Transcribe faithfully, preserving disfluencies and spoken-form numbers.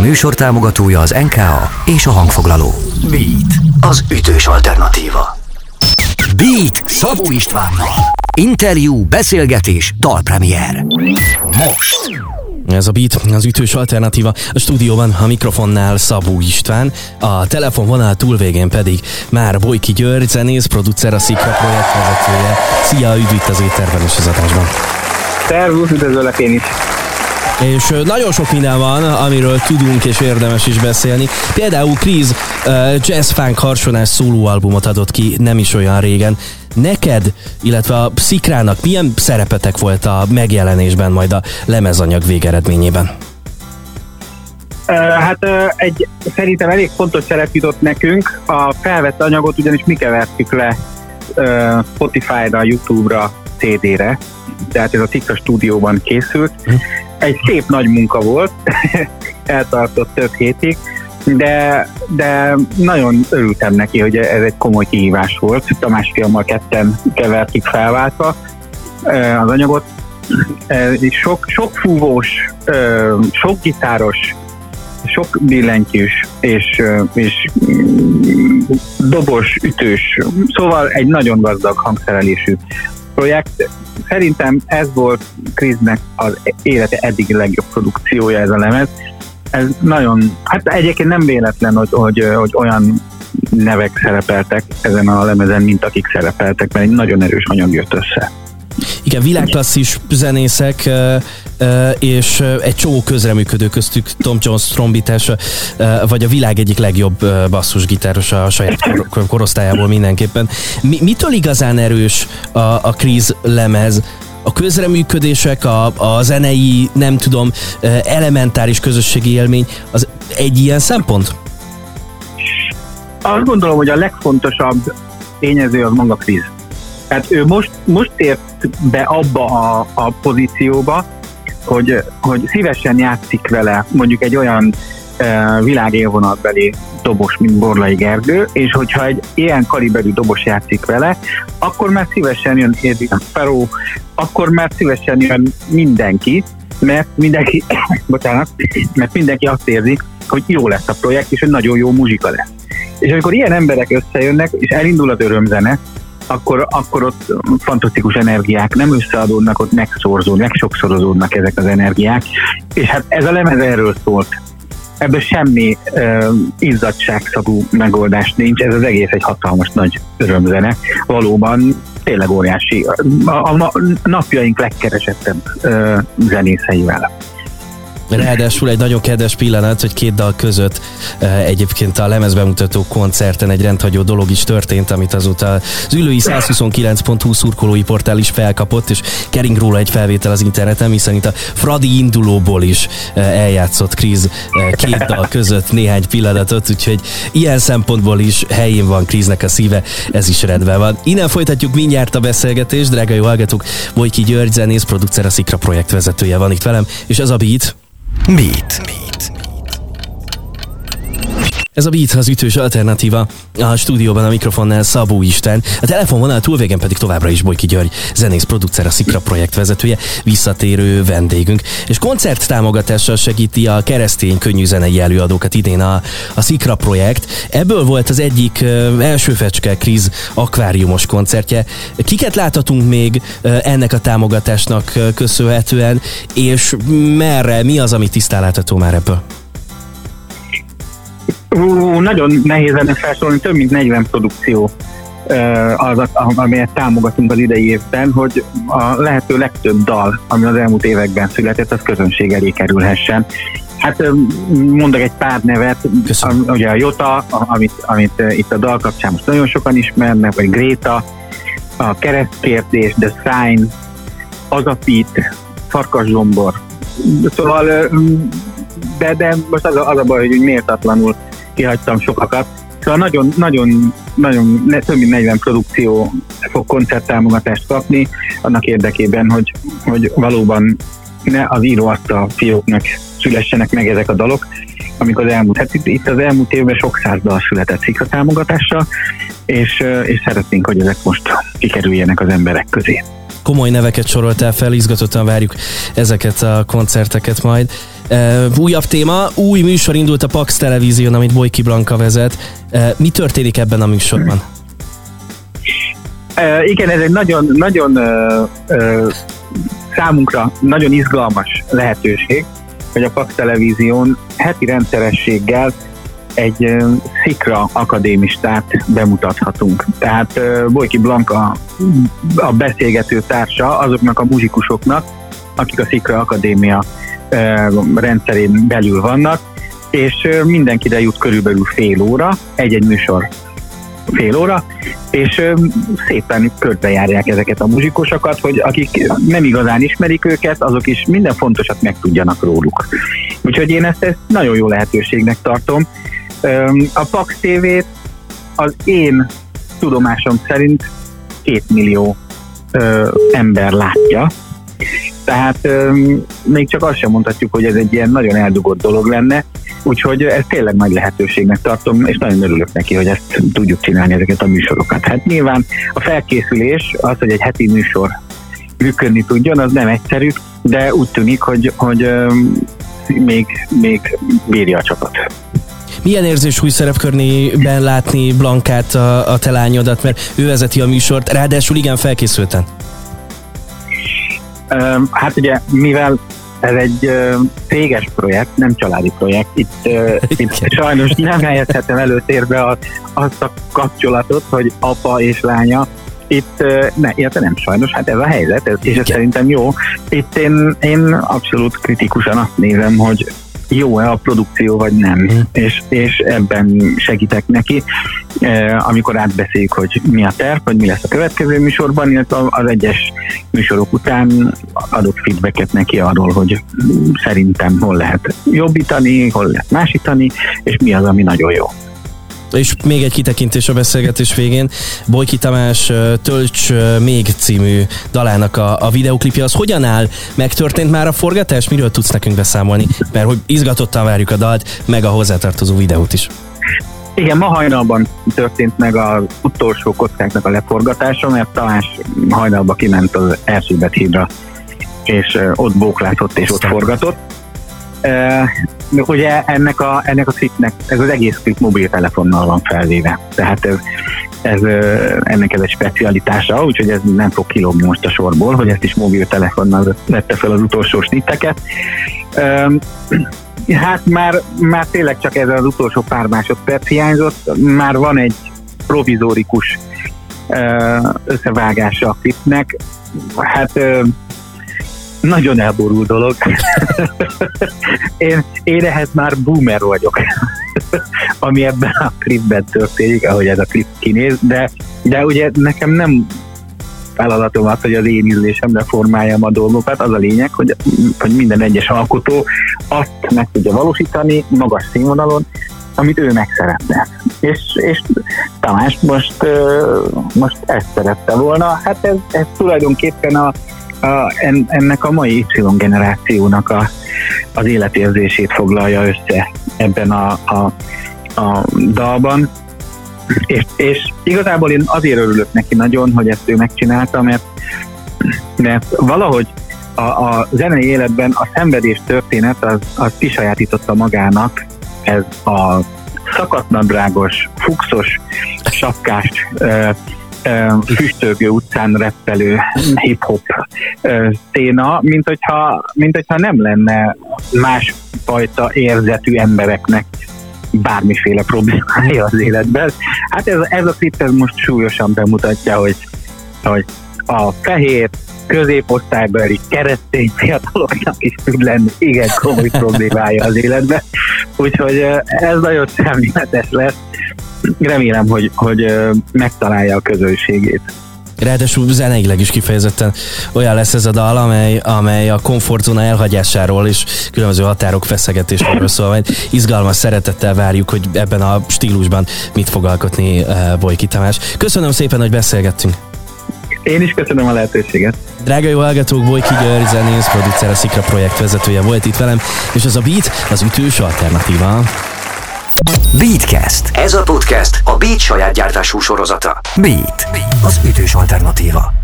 műsor támogatója az en ká á és a hangfoglaló. Beat, az ütős alternatíva. Beat Szabó Istvánnal. Interjú, beszélgetés, dalpremier. Most! Ez a Beat, az ütős alternatíva. A stúdióban a mikrofonnál Szabó István, a telefonvonal túlvégén pedig már Bojki György, zenész, producer, a Szikra projekt vezetője. Szia, üdv itt az étterben és az adásban. Szervusz, üdvözöllek én is. És nagyon sok minden van, amiről tudunk és érdemes is beszélni. Például Kriz jazz-funk harsonás szólóalbumot adott ki nem is olyan régen. Neked, illetve a Szikrának milyen szerepetek volt a megjelenésben, majd a lemezanyag végeredményében? Uh, hát uh, egy szerintem elég fontos szerep jutott nekünk. A felvett anyagot ugyanis mi kevertük le uh, Spotify-ra, YouTube-ra, cé dé-re. Tehát ez a Szikra stúdióban készült. Hm. Egy szép nagy munka volt, eltartott több hétig, de, de nagyon örültem neki, hogy ez egy komoly kihívás volt. Tamás fiammal ketten kevertük felváltva az anyagot. Sok, sok fúvós, sok gitáros, sok billentyűs és, és dobos, ütős, szóval egy nagyon gazdag hangszerelésű projekt. Szerintem ez volt Kriznek az élete eddigi legjobb produkciója, ez a lemez. Ez nagyon, hát egyébként nem véletlen, hogy, hogy, hogy olyan nevek szerepeltek ezen a lemezen, mint akik szerepeltek, mert egy nagyon erős anyag jött össze. Igen, világklasszis zenészek, és egy csomó közreműködő, köztük Tom Jones trombitása, vagy a világ egyik legjobb basszusgitárosa a saját korosztályából mindenképpen. Mi, mitől igazán erős a, a Kriz lemez? A közreműködések, a, a zenei, nem tudom, elementáris közösségi élmény, az egy ilyen szempont? Azt gondolom, hogy a legfontosabb tényező az maga Kriz. Tehát ő most, most ért be abba a, a pozícióba, hogy, hogy szívesen játszik vele mondjuk egy olyan e, világélvonalbeli dobos, mint Borlai Gergő, és hogyha egy ilyen kaliberű dobos játszik vele, akkor már szívesen jön Adrian Ferro, akkor már szívesen jön mindenki, mert mindenki, bocsánat, mert mindenki azt érzi, hogy jó lesz a projekt, és hogy nagyon jó muzsika lesz. És amikor ilyen emberek összejönnek, és elindul az örömzene, Akkor, akkor ott fantasztikus energiák nem összeadódnak, ott megszorzódnak, megsokszorozódnak ezek az energiák, és hát ez a lemez erről szólt. Ebből semmi uh, izzadságszagú megoldás nincs, ez az egész egy hatalmas nagy örömzene. Valóban tényleg óriási. A, a, a napjaink legkeresettebb uh, zenészeivel. Ráadásul egy nagyon kedves pillanat, hogy két dal között egyébként a lemezbemutató koncerten egy rendhagyó dolog is történt, amit azóta az ülői száz huszonkilenc pont hu szurkolói portál is felkapott, és kering róla egy felvétel az interneten, hiszen itt a Fradi indulóból is eljátszott Kriz két dal között néhány pillanatot, úgyhogy ilyen szempontból is helyén van Kriznek a szíve, ez is rendben van. Innen folytatjuk mindjárt a beszélgetést, drága jó hallgatók, Bojki György, zenész, producer, a Szikra projekt vezetője van itt velem, és ez a Beat. Beat. Beat. Ez a Beat, az ütős alternatíva. A stúdióban a mikrofonnál Szabó István, a telefonvonal túlvégen pedig továbbra is Bojki György, zenész, producer, a Szikra projekt vezetője, visszatérő vendégünk. És koncerttámogatással segíti a keresztény könnyűzenei előadókat idén a, a Szikra projekt. Ebből volt az egyik első fecske Kriz akváriumos koncertje. Kiket láthatunk még ennek a támogatásnak köszönhetően, és merre, mi az, ami tisztán látható már ebből? Ú, nagyon nehéz lenne felsorolni, több mint negyven produkció az, amelyet támogatunk az idei évben, hogy a lehető legtöbb dal, ami az elmúlt években született, az közönség elé kerülhessen. Hát mondok egy pár nevet, Köszönöm. Ugye a Jota, amit, amit itt a dal kapcsán most nagyon sokan ismernek, vagy Gréta, a Keresztkérdés, The Sign, Azapít, Farkas Zsombor. Szóval, de, de most az a, az a baj, hogy méltatlanul kihagytam sokakat. Szóval nagyon, nagyon, nagyon több mint negyven produkció fog koncerttámogatást kapni, annak érdekében, hogy, hogy valóban ne az íróasztal fióknak szülessenek meg ezek a dalok, amik az elmúlt, hát itt, itt az elmúlt évben sok száz dal született Szikra támogatással, és, és szeretnénk, hogy ezek most kikerüljenek az emberek közé. Komoly neveket soroltál fel, izgatottan várjuk ezeket a koncerteket majd. Uh, újabb téma, új műsor indult a Pax Televízión, amit Bojki Blanka vezet. Uh, mi történik ebben a műsorban? Uh, igen, ez egy nagyon, nagyon uh, uh, számunkra nagyon izgalmas lehetőség, hogy a Pax Televízión heti rendszerességgel egy uh, szikra akadémistát bemutathatunk. Tehát uh, Bojki Blanka a beszélgető társa azoknak a muzsikusoknak, akik a Szikra Akadémia uh, rendszerén belül vannak, és uh, mindenkire jut körülbelül fél óra, egy-egy műsor fél óra, és uh, szépen körbejárják ezeket a muzsikusokat, hogy akik nem igazán ismerik őket, azok is minden fontosat megtudjanak róluk. Úgyhogy én ezt, ezt nagyon jó lehetőségnek tartom. Um, a Pax té vét az én tudomásom szerint két millió uh, ember látja, tehát um, még csak azt sem mondhatjuk, hogy ez egy ilyen nagyon eldugott dolog lenne, úgyhogy ezt tényleg nagy lehetőségnek tartom, és nagyon örülök neki, hogy ezt tudjuk csinálni, ezeket a műsorokat. Hát nyilván a felkészülés, az, hogy egy heti műsor működni tudjon, az nem egyszerű, de úgy tűnik, hogy, hogy um, még, még bírja a csapat. Milyen érzés új szerepkörben látni Blankát, a, a te lányodat, mert ő vezeti a műsort, ráadásul igen felkészülten? Um, hát ugye, mivel ez egy uh, céges projekt, nem családi projekt, itt, uh, itt sajnos nem helyezhetem előtérbe a, azt a kapcsolatot, hogy apa és lánya. Itt, uh, ne, illetve nem sajnos, hát ez a helyzet, ez, és ez szerintem jó. Itt én, én abszolút kritikusan azt nézem, hogy jó-e a produkció, vagy nem, mm. és, és ebben segítek neki, eh, amikor átbeszéljük, hogy mi a terv, vagy mi lesz a következő műsorban, illetve az egyes műsorok után adok feedbacket neki arról, hogy szerintem hol lehet jobbítani, hol lehet másítani, és mi az, ami nagyon jó. És még egy kitekintés a beszélgetés végén. Bojki Tamás Tölts még című dalának a, a videóklipje, az hogyan áll? Megtörtént már a forgatás? Miről tudsz nekünk beszámolni? Mert hogy izgatottan várjuk a dalt, meg a hozzátartozó videót is. Igen, ma hajnalban történt meg az utolsó kockáknak a leforgatása, mert Tamás hajnalban kiment az Erzsébet hídra, és ott bóklászott és ott forgatott. Uh, ugye ennek a, ennek a klipnek, ez az egész klip mobiltelefonnal van felvéve, tehát ez, ez, ennek ez egy specialitása, úgyhogy ez nem fog kilógni most a sorból, hogy ezt is mobiltelefonnal vette fel az utolsó snitteket. Uh, hát már, már tényleg csak ez az utolsó pár másodperc hiányzott, már van egy provizórikus uh, összevágása a klipnek, hát uh, nagyon elborul dolog. én, én ehhez már boomer vagyok, ami ebben a klipben történik, ahogy ez a klip kinéz, de, de ugye nekem nem feladatom az, hogy az én ízlésemre formáljam a dolgokat, az a lényeg, hogy, hogy minden egyes alkotó azt meg tudja valósítani magas színvonalon, amit ő meg szeretne. És, és Tamás most, most ezt szerette volna. Hát ez, ez tulajdonképpen a A, ennek a mai Y-generációnak a, az életérzését foglalja össze ebben a, a, a dalban. És, és igazából én azért örülök neki nagyon, hogy ezt ő megcsinálta, mert, mert valahogy a, a zenei életben a szenvedés történet az, az kisajátította magának ez a szakadnadrágos, fuxos, sapkás, füstölgő utcán reppelő hip-hop széna, mint hogyha, mint hogyha nem lenne másfajta érzetű embereknek bármiféle problémája az életben. Hát ez, ez a klip ez most súlyosan bemutatja, hogy, hogy a fehér középosztálybeli keresztény fiataloknak is tud lenni igen komoly problémája az életben. Úgyhogy ez nagyon szemléletes lesz. Remélem, hogy, hogy megtalálja a közönségét. Ráadásul zeneileg is kifejezetten olyan lesz ez a dal, amely, amely a komfortzóna elhagyásáról és különböző határok feszegetéséről szól. Majd izgalmas szeretettel várjuk, hogy ebben a stílusban mit fog alkotni Bojki Tamás. Köszönöm szépen, hogy beszélgettünk. Én is köszönöm a lehetőséget. Drága jó hallgatók, Bojki György zenész, producer, a Szikra projekt vezetője volt itt velem, és ez a Beat az ütős alternatíva. Beatcast. Ez a podcast a Beat saját gyártású sorozata. Beat, az ütős alternatíva.